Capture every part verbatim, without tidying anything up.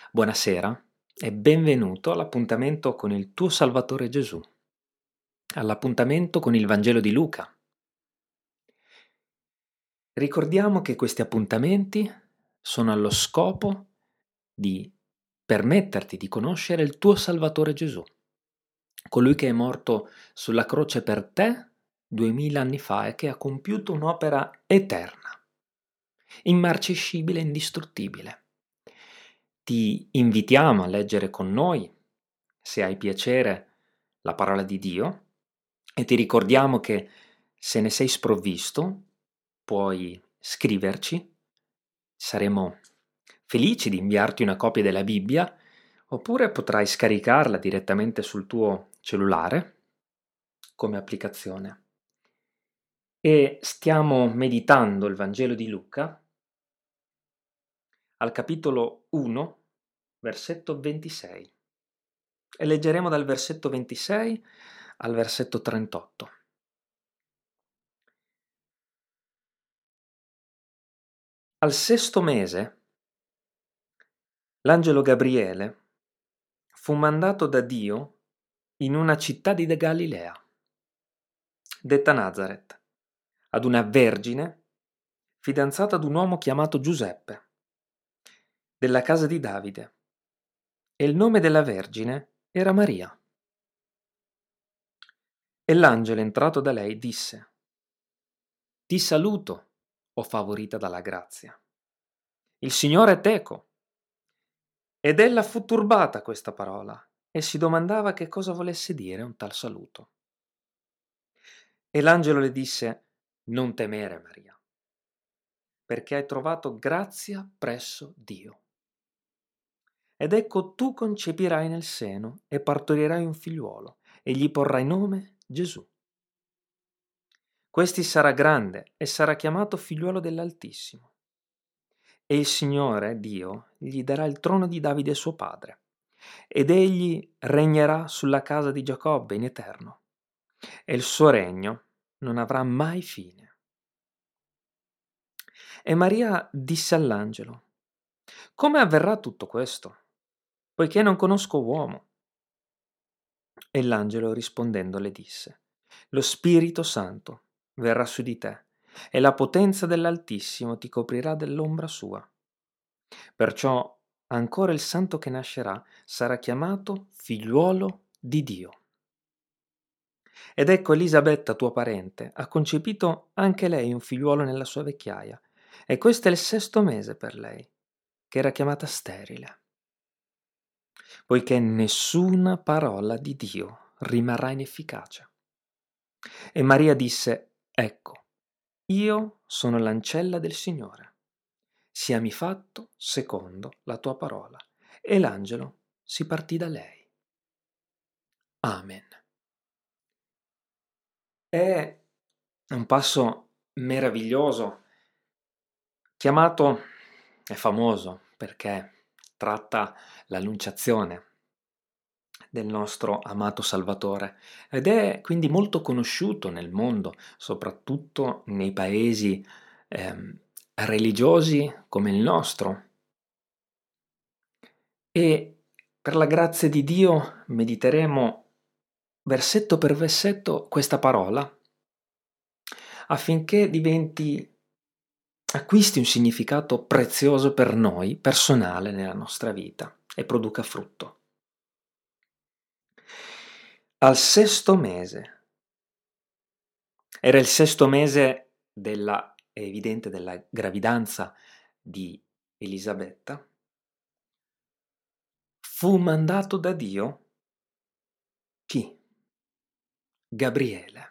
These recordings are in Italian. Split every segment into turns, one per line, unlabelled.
Buonasera e benvenuto all'appuntamento con il tuo Salvatore Gesù, all'appuntamento con il Vangelo di Luca. Ricordiamo che questi appuntamenti sono allo scopo di permetterti di conoscere il tuo Salvatore Gesù, colui che è morto sulla croce per te duemila anni fa e che ha compiuto un'opera eterna, immarcescibile e indistruttibile. Ti invitiamo a leggere con noi, se hai piacere, la parola di Dio e ti ricordiamo che se ne sei sprovvisto puoi scriverci, saremo felici di inviarti una copia della Bibbia oppure potrai scaricarla direttamente sul tuo cellulare come applicazione. E stiamo meditando il Vangelo di Luca al capitolo uno, versetto ventisei. E leggeremo dal versetto ventisei al versetto trentotto. Al sesto mese, l'angelo Gabriele fu mandato da Dio in una città di Galilea, detta Nazaret, ad una vergine fidanzata ad un uomo chiamato Giuseppe, della casa di Davide, e il nome della vergine era Maria. E l'angelo, entrato da lei, disse: Ti saluto, o favorita dalla grazia. Il Signore è teco. Ed ella fu turbata a questa parola e si domandava che cosa volesse dire un tal saluto. E l'angelo le disse: Non temere, Maria, perché hai trovato grazia presso Dio. Ed ecco tu concepirai nel seno e partorirai un figliuolo e gli porrai nome Gesù. Questi sarà grande e sarà chiamato figliuolo dell'Altissimo. E il Signore, Dio, gli darà il trono di Davide suo padre, ed egli regnerà sulla casa di Giacobbe in eterno, e il suo regno non avrà mai fine. E Maria disse all'angelo: Come avverrà tutto questo, poiché non conosco uomo? E l'angelo rispondendo le disse: Lo Spirito Santo verrà su di te, e la potenza dell'Altissimo ti coprirà dell'ombra sua. Perciò ancora il santo che nascerà sarà chiamato figliuolo di Dio. Ed ecco Elisabetta, tua parente, ha concepito anche lei un figliuolo nella sua vecchiaia, e questo è il sesto mese per lei, che era chiamata sterile, poiché nessuna parola di Dio rimarrà inefficace. E Maria disse: Ecco, io sono l'ancella del Signore, siami fatto secondo la tua parola. E l'angelo si partì da lei. Amen. È un passo meraviglioso, chiamato, è famoso perché tratta l'annunciazione del nostro amato Salvatore ed è quindi molto conosciuto nel mondo, soprattutto nei paesi ehm, religiosi come il nostro. E per la grazia di Dio mediteremo versetto per versetto questa parola affinché diventi, acquisti un significato prezioso per noi, personale nella nostra vita e produca frutto. Al sesto mese, era il sesto mese della, è evidente, della gravidanza di Elisabetta, fu mandato da Dio chi? Gabriele.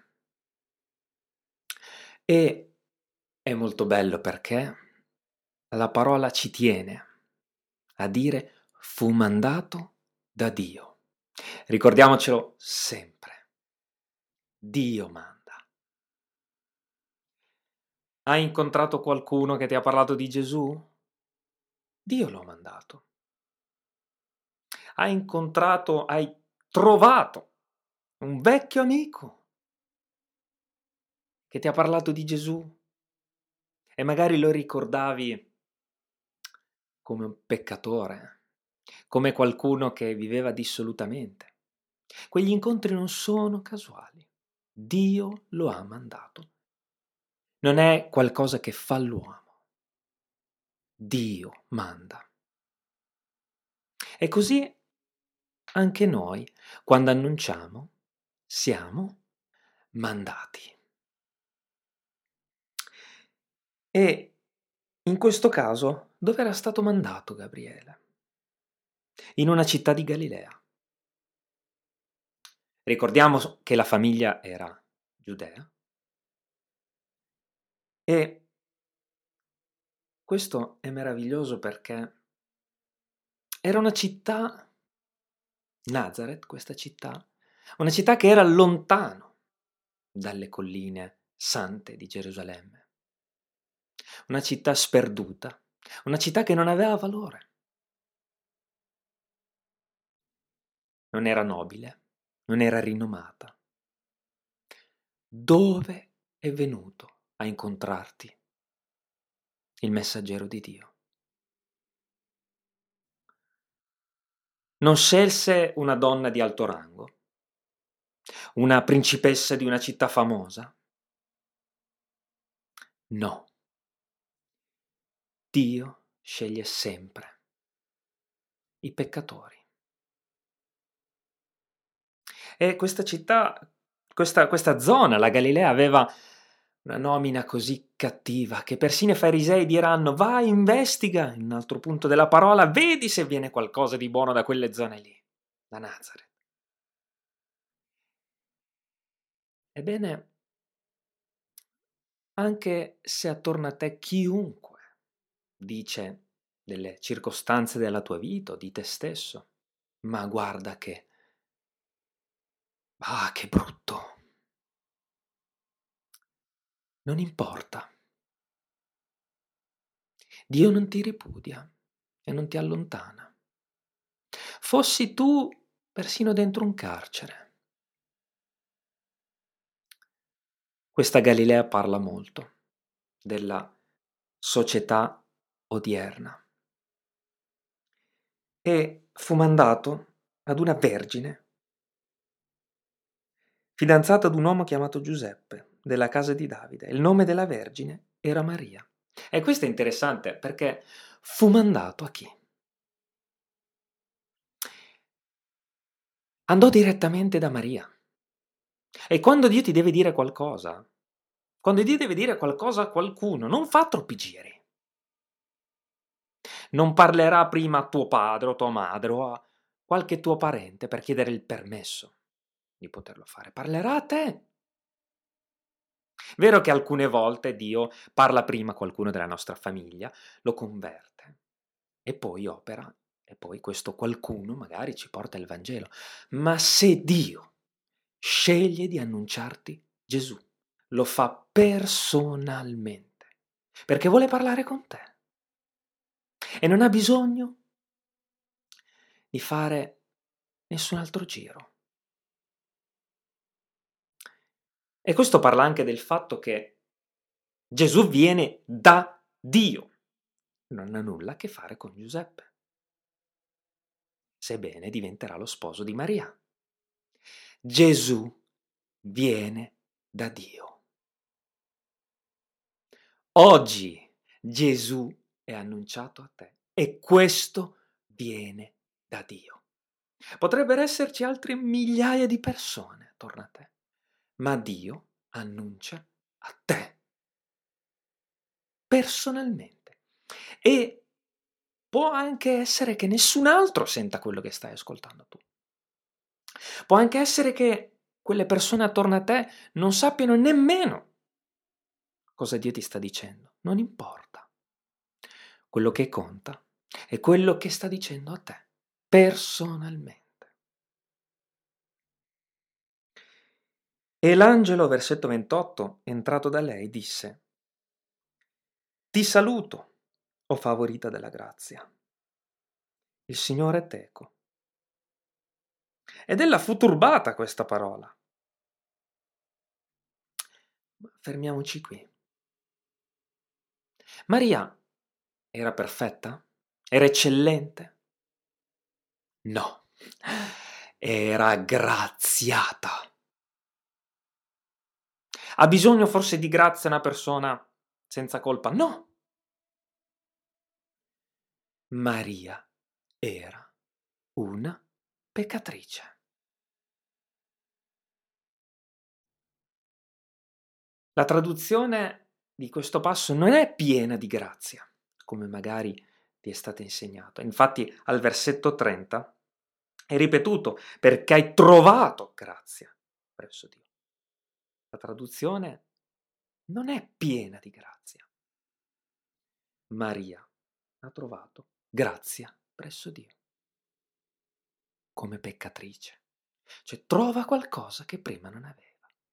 E è molto bello perché la parola ci tiene a dire fu mandato da Dio. Ricordiamocelo sempre. Dio manda. Hai incontrato qualcuno che ti ha parlato di Gesù? Dio lo ha mandato. Hai incontrato, hai trovato un vecchio amico che ti ha parlato di Gesù e magari lo ricordavi come un peccatore come qualcuno che viveva dissolutamente. Quegli incontri non sono casuali. Dio lo ha mandato. Non è qualcosa che fa l'uomo. Dio manda. E così anche noi, quando annunciamo, siamo mandati. E in questo caso, dove era stato mandato Gabriele? In una città di Galilea. Ricordiamo che la famiglia era giudea e questo è meraviglioso perché era una città, Nazareth, questa città, una città che era lontano dalle colline sante di Gerusalemme, una città sperduta, una città che non aveva valore, non era nobile, non era rinomata. Dove è venuto a incontrarti il messaggero di Dio? Non scelse una donna di alto rango, una principessa di una città famosa. No, Dio sceglie sempre i peccatori. E questa città, questa, questa zona, la Galilea, aveva una nomina così cattiva che persino i farisei diranno: vai, investiga, in un altro punto della parola, vedi se viene qualcosa di buono da quelle zone lì, da Nazareth. Ebbene, anche se attorno a te chiunque dice delle circostanze della tua vita o di te stesso, ma guarda che, ah, che brutto, non importa. Dio non ti ripudia e non ti allontana. Fossi tu persino dentro un carcere. Questa Galilea parla molto della società odierna. E fu mandato ad una vergine, fidanzata ad un uomo chiamato Giuseppe, della casa di Davide. Il nome della vergine era Maria. E questo è interessante perché fu mandato a chi? Andò direttamente da Maria. E quando Dio ti deve dire qualcosa, quando Dio deve dire qualcosa a qualcuno, non fa troppi giri. Non parlerà prima a tuo padre o tua madre o a qualche tuo parente per chiedere il permesso di poterlo fare. Parlerà a te. Vero che alcune volte Dio parla prima a qualcuno della nostra famiglia, lo converte e poi opera e poi questo qualcuno magari ci porta il Vangelo. Ma se Dio sceglie di annunciarti Gesù, lo fa personalmente, perché vuole parlare con te e non ha bisogno di fare nessun altro giro. E questo parla anche del fatto che Gesù viene da Dio, non ha nulla a che fare con Giuseppe, sebbene diventerà lo sposo di Maria. Gesù viene da Dio. Oggi Gesù è annunciato a te e questo viene da Dio. Potrebbero esserci altre migliaia di persone attorno a te, ma Dio annuncia a te personalmente. E può anche essere che nessun altro senta quello che stai ascoltando tu. Può anche essere che quelle persone attorno a te non sappiano nemmeno cosa Dio ti sta dicendo. Non importa. Quello che conta è quello che sta dicendo a te, personalmente. E l'angelo, versetto ventotto, entrato da lei, disse: Ti saluto, o favorita della grazia. Il Signore è teco. Ed ella fu turbata questa parola. Fermiamoci qui. Maria era perfetta? Era eccellente? No, era graziata. Ha bisogno forse di grazia una persona senza colpa? No. Maria era una peccatrice. La traduzione di questo passo non è piena di grazia, come magari ti è stato insegnato. Infatti al versetto trenta è ripetuto perché hai trovato grazia presso Dio. La traduzione non è piena di grazia. Maria ha trovato grazia presso Dio come peccatrice. Cioè trova qualcosa che prima non aveva.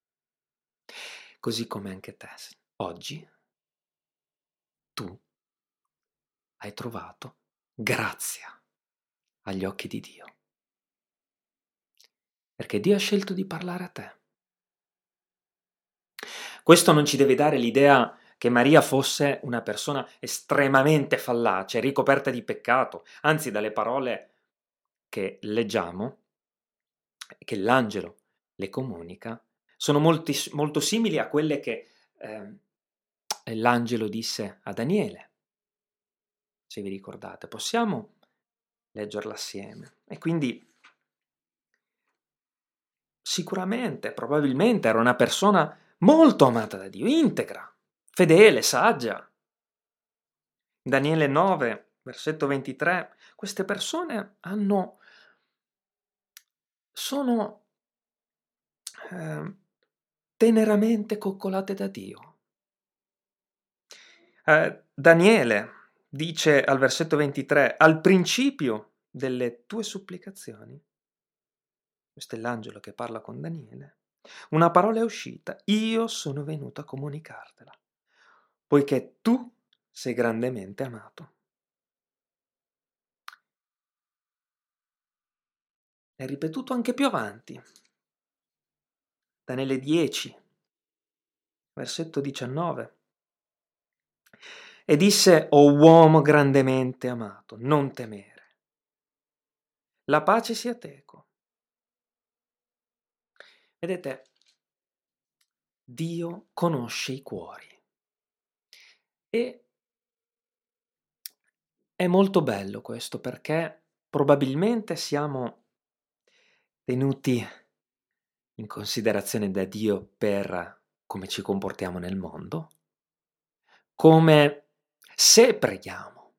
Così come anche te oggi tu hai trovato grazia agli occhi di Dio. Perché Dio ha scelto di parlare a te. Questo non ci deve dare l'idea che Maria fosse una persona estremamente fallace, ricoperta di peccato. Anzi, dalle parole che leggiamo, che l'angelo le comunica, sono molti, molto simili a quelle che eh, l'angelo disse a Daniele. Se vi ricordate, possiamo leggerla assieme. E quindi sicuramente, probabilmente era una persona molto amata da Dio, integra, fedele, saggia. Daniele nove, versetto ventitré, queste persone hanno, sono eh, teneramente coccolate da Dio. Eh, Daniele dice al versetto ventitré, al principio delle tue supplicazioni, questo è l'angelo che parla con Daniele, una parola è uscita, io sono venuto a comunicartela, poiché tu sei grandemente amato. È ripetuto anche più avanti, Daniele dieci, versetto diciannove. E disse, o uomo grandemente amato, non temere. La pace sia teco. Vedete, Dio conosce i cuori. E è molto bello questo perché probabilmente siamo tenuti in considerazione da Dio per come ci comportiamo nel mondo, come se preghiamo,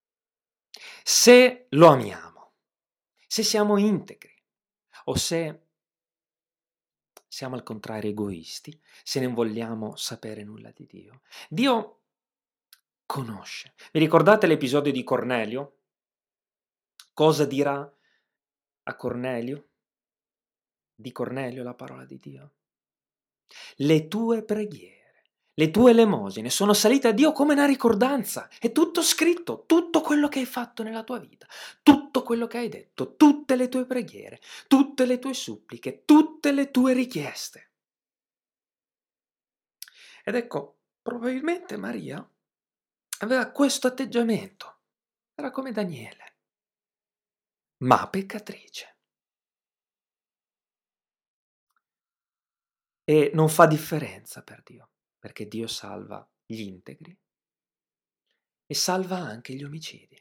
se lo amiamo, se siamo integri o se siamo al contrario egoisti, se non vogliamo sapere nulla di Dio. Dio conosce. Vi ricordate l'episodio di Cornelio? Cosa dirà a Cornelio? Di Cornelio la parola di Dio. Le tue preghiere, le tue elemosine sono salite a Dio come una ricordanza. È tutto scritto, tutto quello che hai fatto nella tua vita, tutto quello che hai detto, tutte le tue preghiere, tutte le tue suppliche, tutte le tue richieste. Ed ecco, probabilmente Maria aveva questo atteggiamento, era come Daniele, ma peccatrice. E non fa differenza per Dio, perché Dio salva gli integri e salva anche gli omicidi.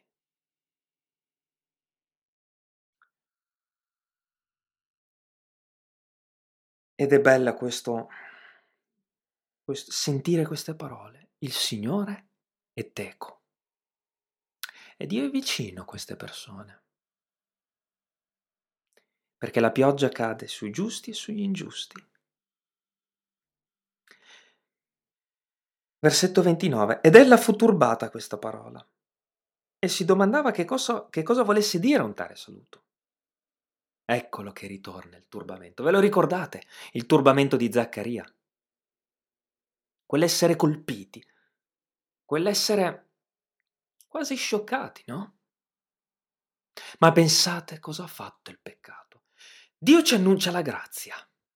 Ed è bella questo, questo sentire queste parole. Il Signore è teco. E Dio è vicino a queste persone. Perché la pioggia cade sui giusti e sugli ingiusti. Versetto ventinove. Ed ella fu turbata questa parola e si domandava che cosa, che cosa volesse dire un tale saluto. Eccolo che ritorna il turbamento. Ve lo ricordate? Il turbamento di Zaccaria. Quell'essere colpiti, quell'essere quasi scioccati, no? Ma pensate cosa ha fatto il peccato. Dio ci annuncia la grazia,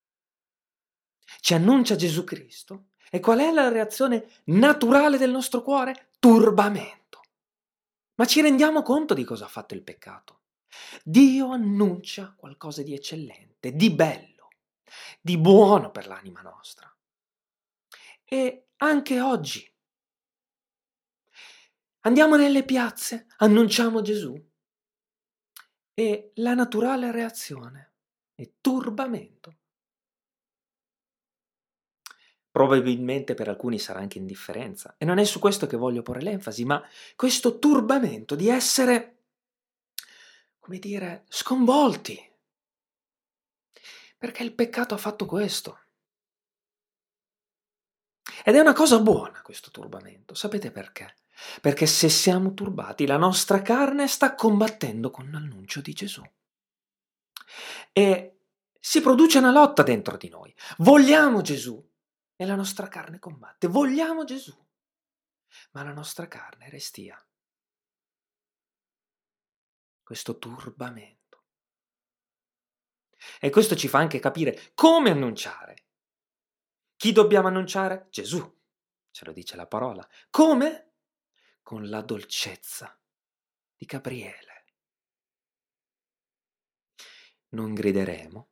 ci annuncia Gesù Cristo. E qual è la reazione naturale del nostro cuore? Turbamento. Ma ci rendiamo conto di cosa ha fatto il peccato? Dio annuncia qualcosa di eccellente, di bello, di buono per l'anima nostra. E anche oggi andiamo nelle piazze, annunciamo Gesù e la naturale reazione è turbamento. Probabilmente per alcuni sarà anche indifferenza, e non è su questo che voglio porre l'enfasi, ma questo turbamento di essere, come dire, sconvolti, perché il peccato ha fatto questo. Ed è una cosa buona questo turbamento, sapete perché? Perché se siamo turbati, la nostra carne sta combattendo con l'annuncio di Gesù. E si produce una lotta dentro di noi. Vogliamo Gesù e la nostra carne combatte. Vogliamo Gesù, ma la nostra carne restia. Questo turbamento. E questo ci fa anche capire come annunciare. Chi dobbiamo annunciare? Gesù, ce lo dice la parola. Come? Con la dolcezza di Gabriele. Non grideremo,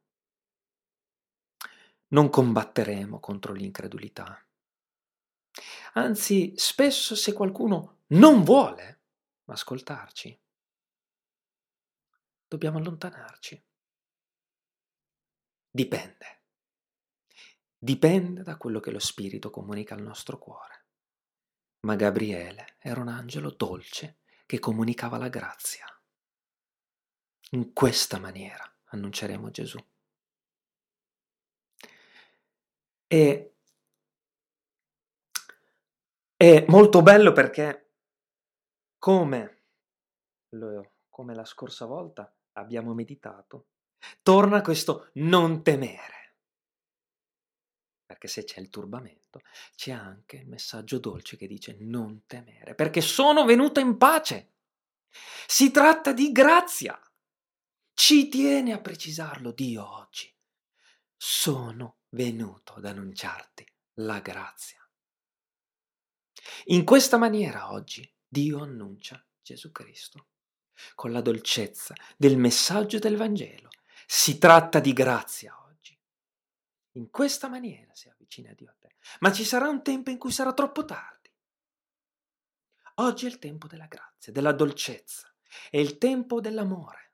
non combatteremo contro l'incredulità. Anzi, spesso se qualcuno non vuole ascoltarci, dobbiamo allontanarci. Dipende. Dipende da quello che lo Spirito comunica al nostro cuore. Ma Gabriele era un angelo dolce che comunicava la grazia. In questa maniera annunceremo Gesù. E è molto bello perché, come, come la scorsa volta abbiamo meditato, torna questo non temere. Perché se c'è il turbamento, c'è anche il messaggio dolce che dice non temere, perché sono venuto in pace. Si tratta di grazia. Ci tiene a precisarlo Dio oggi. Sono venuto ad annunciarti la grazia. In questa maniera oggi Dio annuncia Gesù Cristo, con la dolcezza del messaggio del Vangelo. Si tratta di grazia oggi. In questa maniera si avvicina a Dio a te. Ma ci sarà un tempo in cui sarà troppo tardi. Oggi è il tempo della grazia, della dolcezza, è il tempo dell'amore.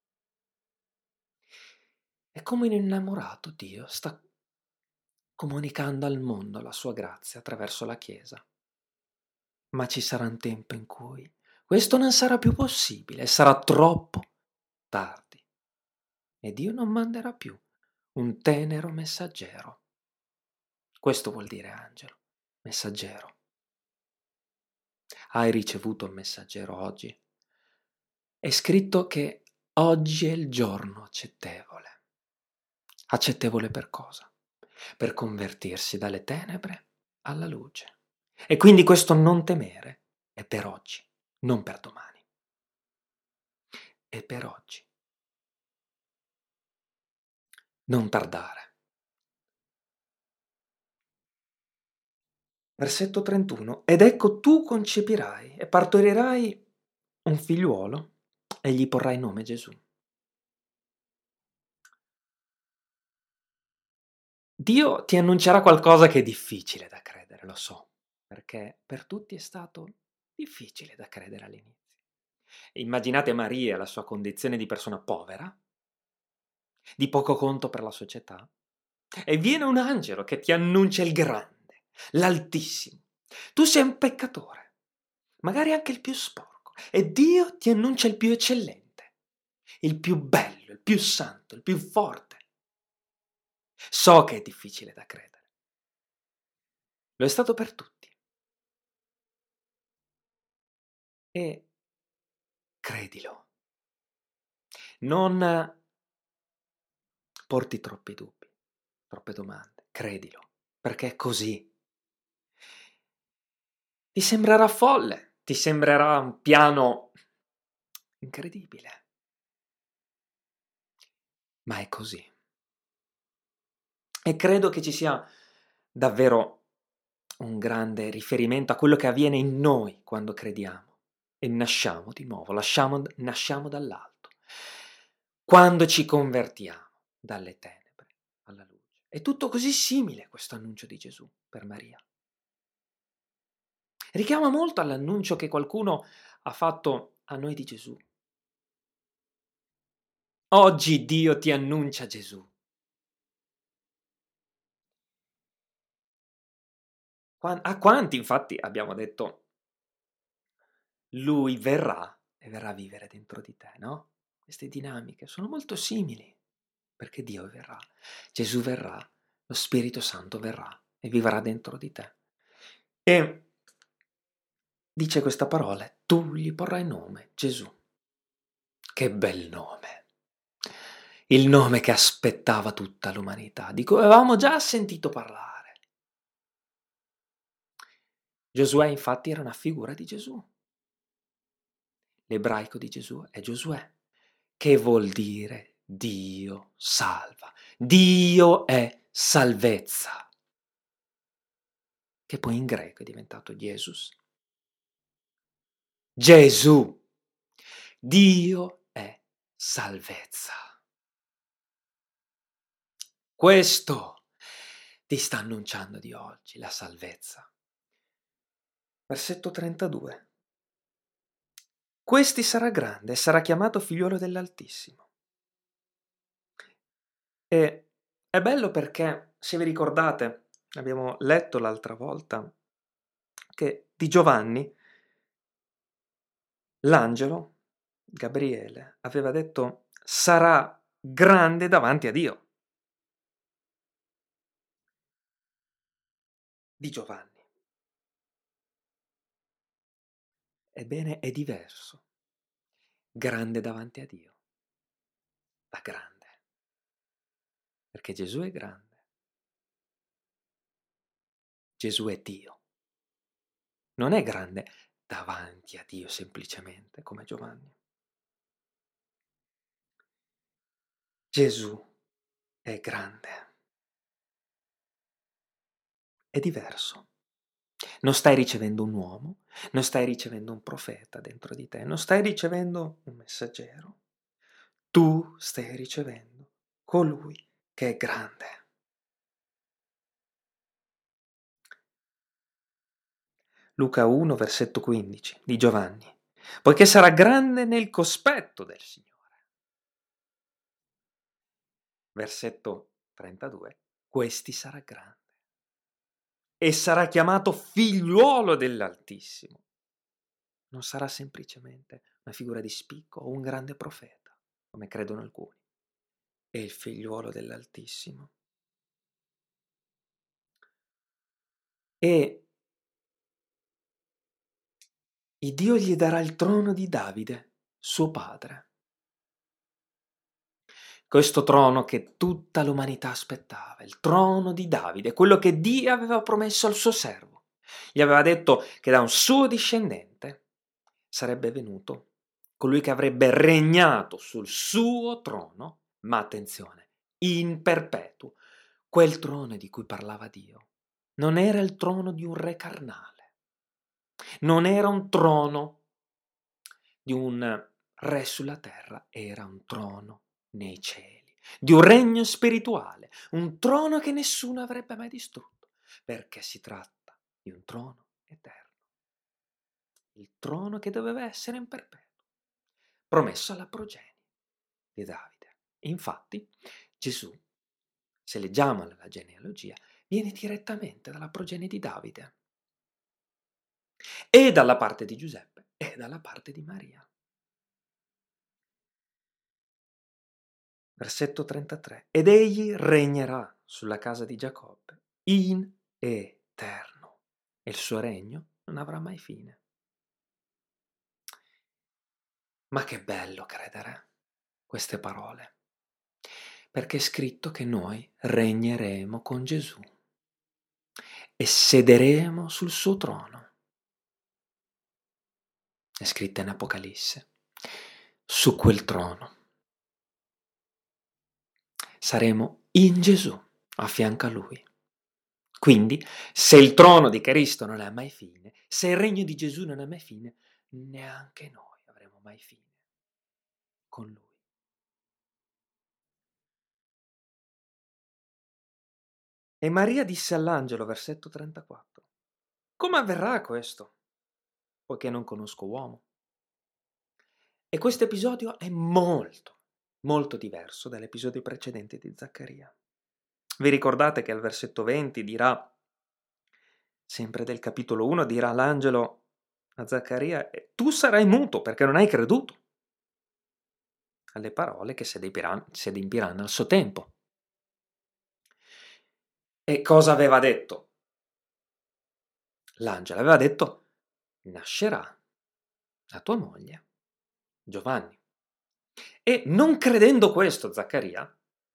E come un innamorato Dio sta comunicando al mondo la sua grazia attraverso la Chiesa. Ma ci sarà un tempo in cui questo non sarà più possibile, sarà troppo tardi. E Dio non manderà più un tenero messaggero. Questo vuol dire angelo, messaggero. Hai ricevuto un messaggero oggi? È scritto che oggi è il giorno accettevole. Accettevole per cosa? Per convertirsi dalle tenebre alla luce. E quindi questo non temere è per oggi, non per domani. È per oggi. Non tardare. Versetto trentuno. Ed ecco tu concepirai e partorirai un figliuolo e gli porrai nome Gesù. Dio ti annuncerà qualcosa che è difficile da credere, lo so, perché per tutti è stato difficile da credere all'inizio. Immaginate Maria, la sua condizione di persona povera, di poco conto per la società, e viene un angelo che ti annuncia il grande, l'altissimo. Tu sei un peccatore, magari anche il più sporco, e Dio ti annuncia il più eccellente, il più bello, il più santo, il più forte. So che è difficile da credere. Lo è stato per tutti. E credilo. Non porti troppi dubbi, troppe domande. Credilo, perché è così. Ti sembrerà folle, ti sembrerà un piano incredibile, ma è così. E credo che ci sia davvero un grande riferimento a quello che avviene in noi quando crediamo e nasciamo di nuovo, lasciamo, nasciamo dall'alto. quando ci convertiamo dalle tenebre alla luce. È tutto così simile questo annuncio di Gesù per Maria. Richiama molto all'annuncio che qualcuno ha fatto a noi di Gesù. Oggi Dio ti annuncia Gesù. A quanti infatti abbiamo detto, lui verrà e verrà a vivere dentro di te, no? Queste dinamiche sono molto simili, perché Dio verrà, Gesù verrà, lo Spirito Santo verrà e vivrà dentro di te. E dice questa parola, tu gli porrai nome, Gesù. Che bel nome! Il nome che aspettava tutta l'umanità, di cui avevamo già sentito parlare. Giosuè infatti era una figura di Gesù. L'ebraico di Gesù è Giosuè, che vuol dire Dio salva. Dio è salvezza, che poi in greco è diventato Jesus. Gesù, Dio è salvezza. Questo ti sta annunciando di oggi, la salvezza. Versetto trentadue. Questi sarà grande e sarà chiamato figliuolo dell'Altissimo. E è bello perché, se vi ricordate, abbiamo letto l'altra volta, che di Giovanni l'angelo, Gabriele, aveva detto sarà grande davanti a Dio. Di Giovanni. Ebbene, è diverso. Grande davanti a Dio. Da grande. Perché Gesù è grande. Gesù è Dio. Non è grande davanti a Dio semplicemente, come Giovanni. Gesù è grande. È diverso. Non stai ricevendo un uomo, non stai ricevendo un profeta dentro di te, non stai ricevendo un messaggero. Tu stai ricevendo colui che è grande. Luca uno, versetto quindici, di Giovanni. Poiché sarà grande nel cospetto del Signore. Versetto trentadue. Questi sarà grande. E sarà chiamato figliuolo dell'Altissimo. Non sarà semplicemente una figura di spicco o un grande profeta, come credono alcuni. È il figliuolo dell'Altissimo. E il Dio gli darà il trono di Davide, suo padre. Questo trono che tutta l'umanità aspettava, il trono di Davide, quello che Dio aveva promesso al suo servo. Gli aveva detto che da un suo discendente sarebbe venuto colui che avrebbe regnato sul suo trono, ma attenzione, in perpetuo. Quel trono di cui parlava Dio non era il trono di un re carnale, non era un trono di un re sulla terra, era un trono nei cieli, di un regno spirituale, un trono che nessuno avrebbe mai distrutto, perché si tratta di un trono eterno, il trono che doveva essere in perpetuo, promesso alla progenie di Davide. Infatti Gesù, se leggiamo la genealogia, viene direttamente dalla progenie di Davide, e dalla parte di Giuseppe e dalla parte di Maria. Versetto trentatré. Ed egli regnerà sulla casa di Giacobbe in eterno, e il suo regno non avrà mai fine. Ma che bello credere queste parole, perché è scritto che noi regneremo con Gesù e sederemo sul suo trono. È scritto in Apocalisse. Su quel trono saremo in Gesù, a fianco a Lui. Quindi, se il trono di Cristo non ha mai fine, se il regno di Gesù non ha mai fine, neanche noi avremo mai fine con Lui. E Maria disse all'angelo, versetto trentaquattro, come avverrà questo, poiché non conosco uomo? E questo episodio è molto, molto diverso dall'episodio precedente di Zaccaria. Vi ricordate che al versetto venti dirà, sempre del capitolo uno, dirà l'angelo a Zaccaria, tu sarai muto perché non hai creduto alle parole che si adempiranno al suo tempo. E cosa aveva detto? L'angelo aveva detto, nascerà la tua moglie, Giovanni. E non credendo questo, Zaccaria,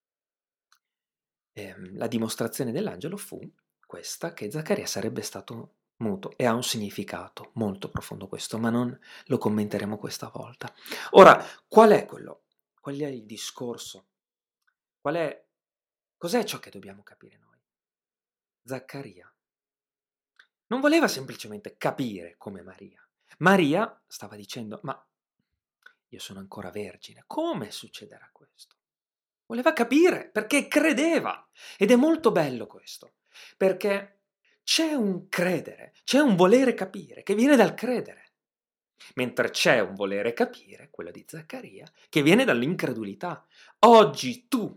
ehm, la dimostrazione dell'angelo fu questa, che Zaccaria sarebbe stato muto, e ha un significato molto profondo questo, ma non lo commenteremo questa volta. Ora, qual è quello? Qual è il discorso? Qual è, cos'è ciò che dobbiamo capire noi? Zaccaria non voleva semplicemente capire come Maria. Maria stava dicendo, ma io sono ancora vergine, come succederà questo? Voleva capire perché credeva. Ed è molto bello questo, perché c'è un credere, c'è un volere capire che viene dal credere, mentre c'è un volere capire, quello di Zaccaria, che viene dall'incredulità. Oggi tu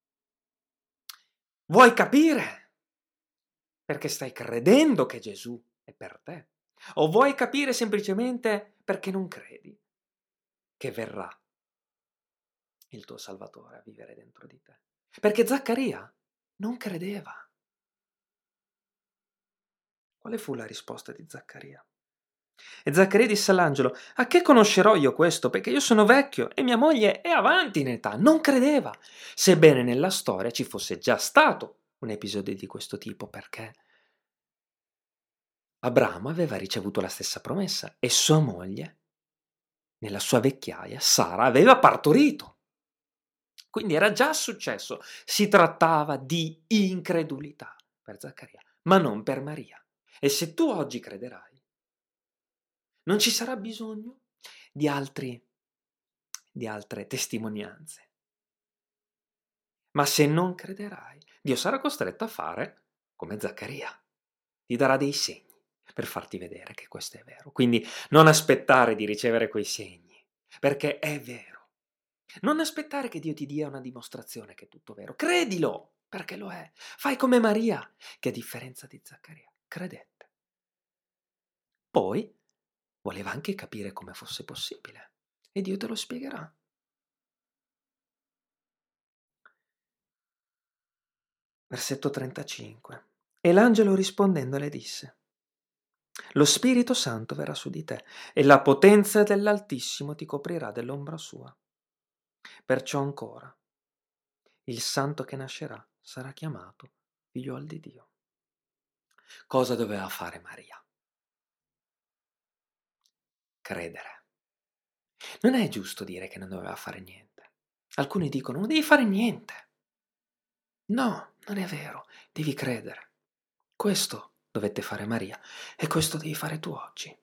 vuoi capire perché stai credendo che Gesù è per te, o vuoi capire semplicemente perché non credi che verrà il tuo Salvatore a vivere dentro di te? Perché Zaccaria non credeva. Quale fu la risposta di Zaccaria? E Zaccaria disse all'angelo, a che conoscerò io questo? Perché io sono vecchio e mia moglie è avanti in età. Non credeva, sebbene nella storia ci fosse già stato un episodio di questo tipo, perché Abramo aveva ricevuto la stessa promessa e sua moglie, nella sua vecchiaia, Sara, aveva partorito. Quindi era già successo. Si trattava di incredulità per Zaccaria, ma non per Maria. E se tu oggi crederai, non ci sarà bisogno di altri, di altre testimonianze. Ma se non crederai, Dio sarà costretto a fare come Zaccaria. Ti darà dei segni per farti vedere che questo è vero. Quindi non aspettare di ricevere quei segni, perché è vero. Non aspettare che Dio ti dia una dimostrazione che è tutto vero. Credilo, perché lo è. Fai come Maria, che a differenza di Zaccaria, credette. Poi voleva anche capire come fosse possibile. E Dio te lo spiegherà. Versetto trentacinque. E l'angelo rispondendo le disse, lo Spirito Santo verrà su di te e la potenza dell'Altissimo ti coprirà dell'ombra sua. Perciò ancora, il santo che nascerà sarà chiamato figliuol di Dio. Cosa doveva fare Maria? Credere. Non è giusto dire che non doveva fare niente. Alcuni dicono, non devi fare niente. No, non è vero, devi credere. Questo dovette fare Maria e questo devi fare tu oggi.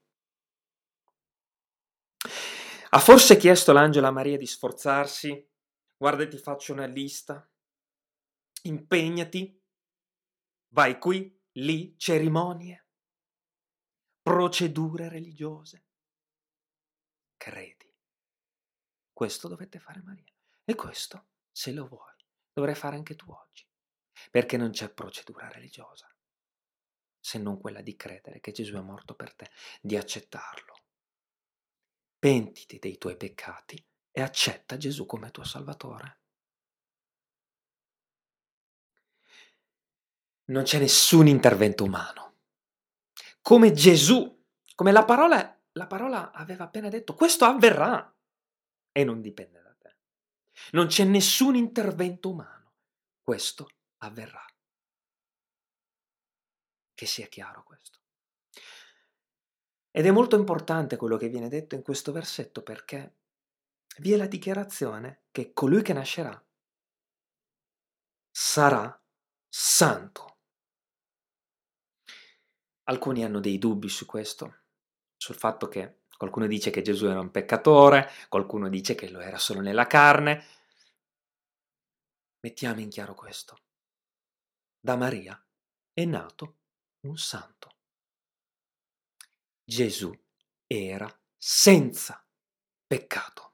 Ha forse chiesto l'angelo a Maria di sforzarsi? Guarda, ti faccio una lista. Impegnati. Vai qui, lì, cerimonie, procedure religiose. Credi. Questo dovete fare Maria. E questo, se lo vuoi, dovrai fare anche tu oggi. Perché non c'è procedura religiosa, se non quella di credere che Gesù è morto per te, di accettarlo. Pentiti dei tuoi peccati e accetta Gesù come tuo Salvatore. Non c'è nessun intervento umano. Come Gesù, come la parola, la parola aveva appena detto, questo avverrà e non dipende da te. Non c'è nessun intervento umano. Questo avverrà. Che sia chiaro questo. Ed è molto importante quello che viene detto in questo versetto perché vi è la dichiarazione che colui che nascerà sarà santo. Alcuni hanno dei dubbi su questo, sul fatto che qualcuno dice che Gesù era un peccatore, qualcuno dice che lo era solo nella carne. Mettiamo in chiaro questo. da Maria è nato un santo. Gesù era senza peccato.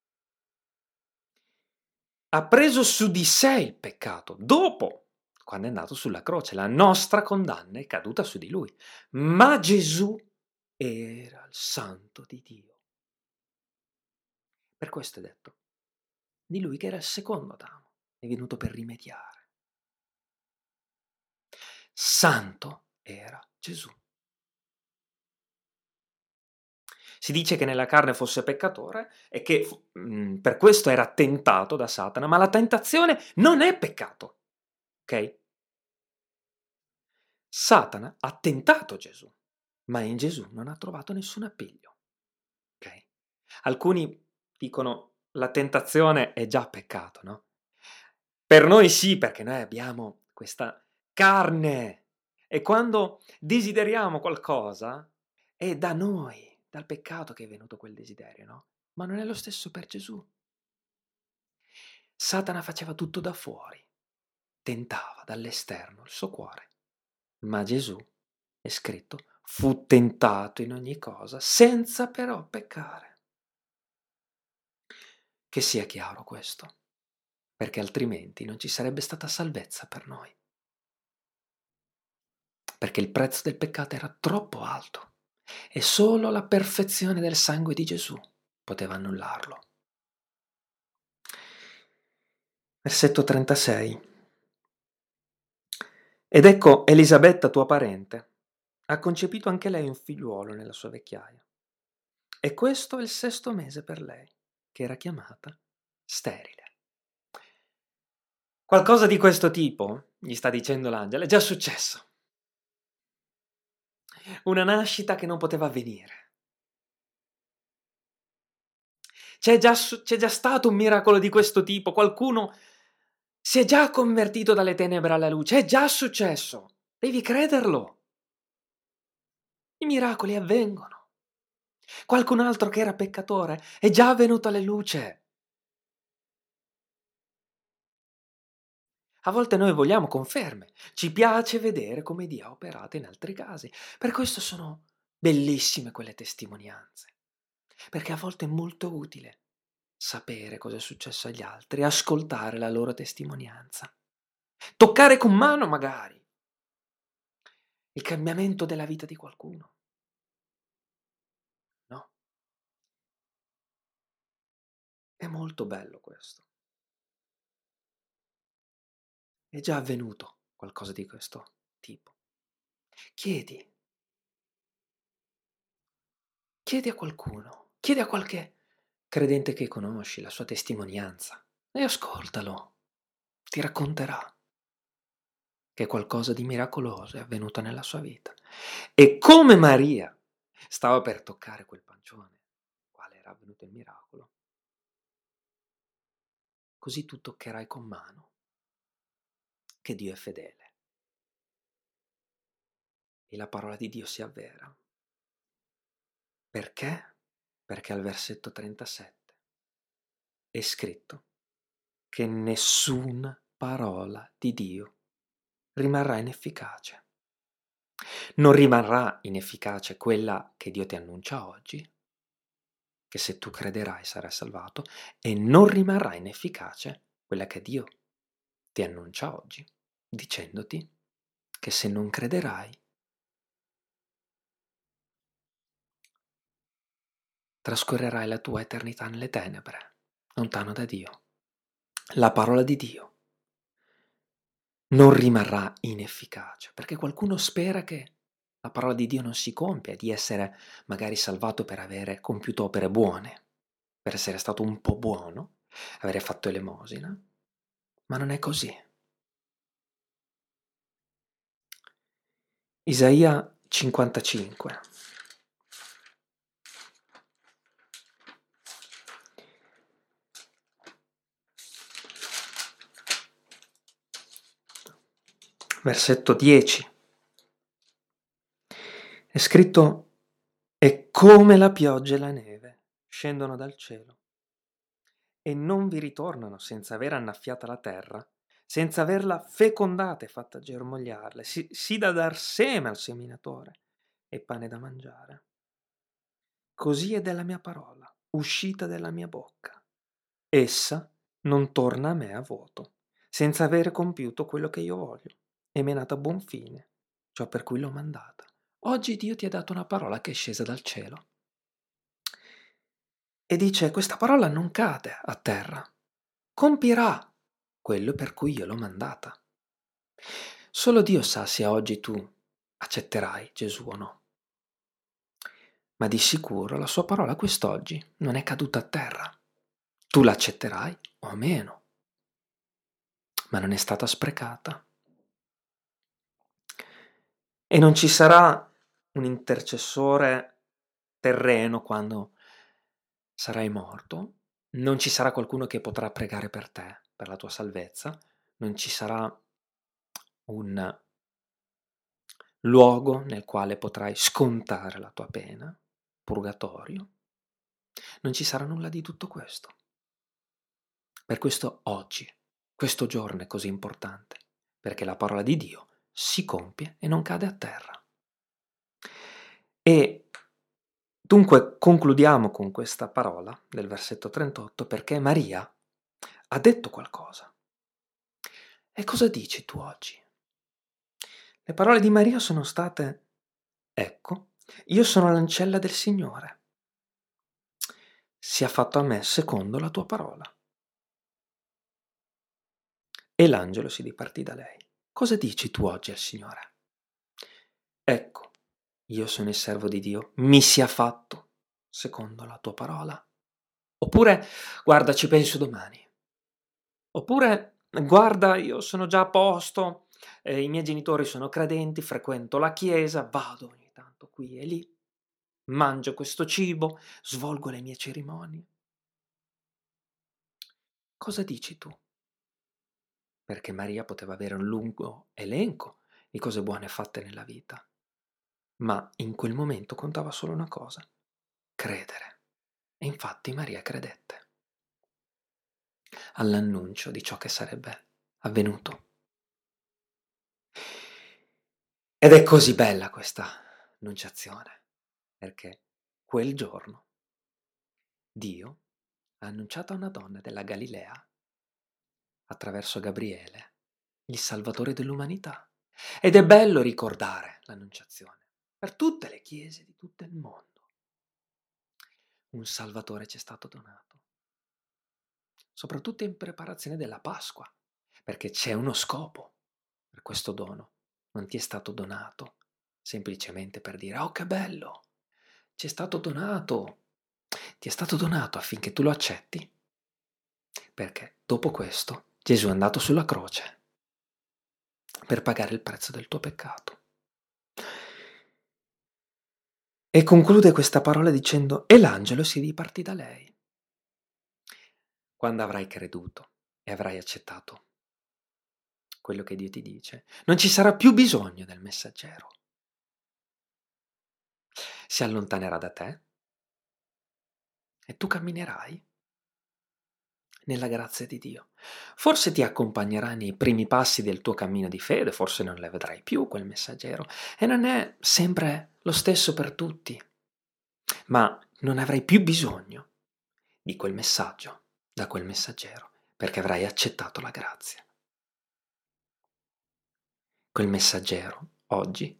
Ha preso su di sé il peccato dopo, quando è andato sulla croce. La nostra condanna è caduta su di lui. Ma Gesù era il santo di Dio. Per questo è detto di lui che era il secondo Adamo, è venuto per rimediare. Santo era Gesù. Si dice che nella carne fosse peccatore e che mh, per questo era tentato da Satana, ma la tentazione non è peccato, ok? Satana ha tentato Gesù, ma in Gesù non ha trovato nessun appiglio, ok? Alcuni dicono la tentazione è già peccato, no? Per noi sì, perché noi abbiamo questa carne e quando desideriamo qualcosa è da noi, dal peccato che è venuto quel desiderio, no? Ma non è lo stesso per Gesù. Satana faceva tutto da fuori, tentava dall'esterno il suo cuore, ma Gesù, è scritto, fu tentato in ogni cosa, senza però peccare. Che sia chiaro questo, perché altrimenti non ci sarebbe stata salvezza per noi. Perché il prezzo del peccato era troppo alto e solo la perfezione del sangue di Gesù poteva annullarlo. Versetto trentasei. Ed ecco Elisabetta, tua parente, ha concepito anche lei un figliuolo nella sua vecchiaia. E questo è il sesto mese per lei, che era chiamata sterile. Qualcosa di questo tipo, gli sta dicendo l'angelo, è già successo. Una nascita che non poteva avvenire. C'è già, c'è già stato un miracolo di questo tipo, qualcuno si è già convertito dalle tenebre alla luce, è già successo, devi crederlo. I miracoli avvengono. Qualcun altro che era peccatore è già venuto alla luce. A volte noi vogliamo conferme, ci piace vedere come Dio ha operato in altri casi. Per questo sono bellissime quelle testimonianze, perché a volte è molto utile sapere cosa è successo agli altri, ascoltare la loro testimonianza, toccare con mano magari il cambiamento della vita di qualcuno. No? È molto bello questo. È già avvenuto qualcosa di questo tipo. Chiedi. Chiedi a qualcuno, chiedi a qualche credente che conosci la sua testimonianza e ascoltalo. Ti racconterà che qualcosa di miracoloso è avvenuto nella sua vita. E come Maria stava per toccare quel pancione, quale era avvenuto il miracolo, così tu toccherai con mano che Dio è fedele e la parola di Dio si avvera. Perché? Perché al versetto trentasette è scritto che nessuna parola di Dio rimarrà inefficace. Non rimarrà inefficace quella che Dio ti annuncia oggi, che se tu crederai sarai salvato, e non rimarrà inefficace quella che Dio ti annuncia oggi, dicendoti che se non crederai, trascorrerai la tua eternità nelle tenebre, lontano da Dio. La parola di Dio non rimarrà inefficace, perché qualcuno spera che la parola di Dio non si compia, di essere magari salvato per avere compiuto opere buone, per essere stato un po' buono, avere fatto elemosina, ma non è così. Isaia cinquantacinque. Versetto dieci. È scritto: «E come la pioggia e la neve scendono dal cielo e non vi ritornano senza aver annaffiata la terra, senza averla fecondata e fatta germogliarle, sì, sì da dar seme al seminatore e pane da mangiare. Così è della mia parola, uscita dalla mia bocca. Essa non torna a me a vuoto, senza avere compiuto quello che io voglio, e menata a buon fine, ciò per cui l'ho mandata. Oggi Dio ti ha dato una parola che è scesa dal cielo. E dice, questa parola non cade a terra, compirà quello per cui io l'ho mandata. Solo Dio sa se oggi tu accetterai Gesù o no. Ma di sicuro la sua parola quest'oggi non è caduta a terra. Tu l'accetterai o meno, ma non è stata sprecata. E non ci sarà un intercessore terreno quando sarai morto, non ci sarà qualcuno che potrà pregare per te, per la tua salvezza, non ci sarà un luogo nel quale potrai scontare la tua pena, purgatorio. Non ci sarà nulla di tutto questo. Per questo oggi, questo giorno è così importante, perché la parola di Dio si compie e non cade a terra. E dunque concludiamo con questa parola del versetto trentotto, perché Maria ha detto qualcosa. E cosa dici tu oggi? Le parole di Maria sono state: ecco, io sono l'ancella del Signore. Sia fatto a me secondo la tua parola. E l'angelo si dipartì da lei. Cosa dici tu oggi al Signore? Ecco, io sono il servo di Dio, mi sia fatto secondo la tua parola. Oppure, guarda, ci penso domani. Oppure, guarda, io sono già a posto, eh, i miei genitori sono credenti, frequento la chiesa, vado ogni tanto qui e lì, mangio questo cibo, svolgo le mie cerimonie. Cosa dici tu? Perché Maria poteva avere un lungo elenco di cose buone fatte nella vita, ma in quel momento contava solo una cosa: credere. E infatti Maria credette all'annuncio di ciò che sarebbe avvenuto. Ed è così bella questa annunciazione, perché quel giorno Dio ha annunciato a una donna della Galilea, attraverso Gabriele, il Salvatore dell'umanità. Ed è bello ricordare l'annunciazione per tutte le chiese di tutto il mondo. Un Salvatore ci è stato donato, soprattutto in preparazione della Pasqua, perché c'è uno scopo per questo dono. Non ti è stato donato semplicemente per dire: oh, che bello, ci è stato donato. Ti è stato donato affinché tu lo accetti, perché dopo questo Gesù è andato sulla croce per pagare il prezzo del tuo peccato. E conclude questa parola dicendo: e l'angelo si dipartì da lei. Quando avrai creduto e avrai accettato quello che Dio ti dice, non ci sarà più bisogno del messaggero. Si allontanerà da te e tu camminerai nella grazia di Dio. Forse ti accompagnerà nei primi passi del tuo cammino di fede, forse non le vedrai più quel messaggero, e non è sempre lo stesso per tutti, ma non avrai più bisogno di quel messaggio, da quel messaggero, perché avrai accettato la grazia. Quel messaggero, oggi,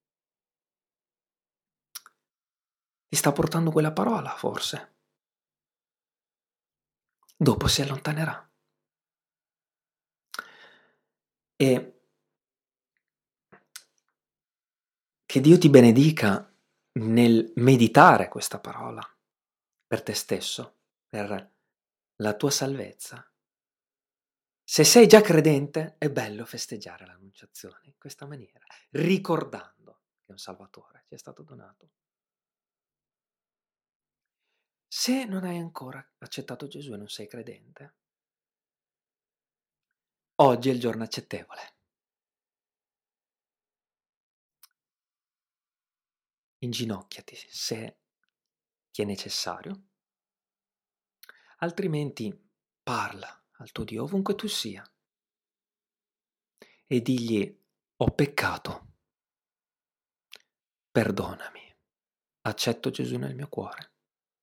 ti sta portando quella parola, forse. Dopo si allontanerà. E che Dio ti benedica nel meditare questa parola per te stesso, per la tua salvezza. Se sei già credente, è bello festeggiare l'annunciazione in questa maniera, ricordando che un Salvatore ci è stato donato. Se non hai ancora accettato Gesù e non sei credente, oggi è il giorno accettevole. Inginocchiati se ti è necessario, altrimenti parla al tuo Dio ovunque tu sia. e digli: ho peccato, perdonami, accetto Gesù nel mio cuore.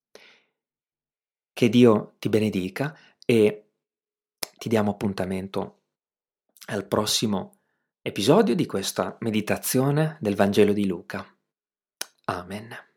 Che Dio ti benedica e ti diamo appuntamento al prossimo episodio di questa meditazione del Vangelo di Luca. Amen.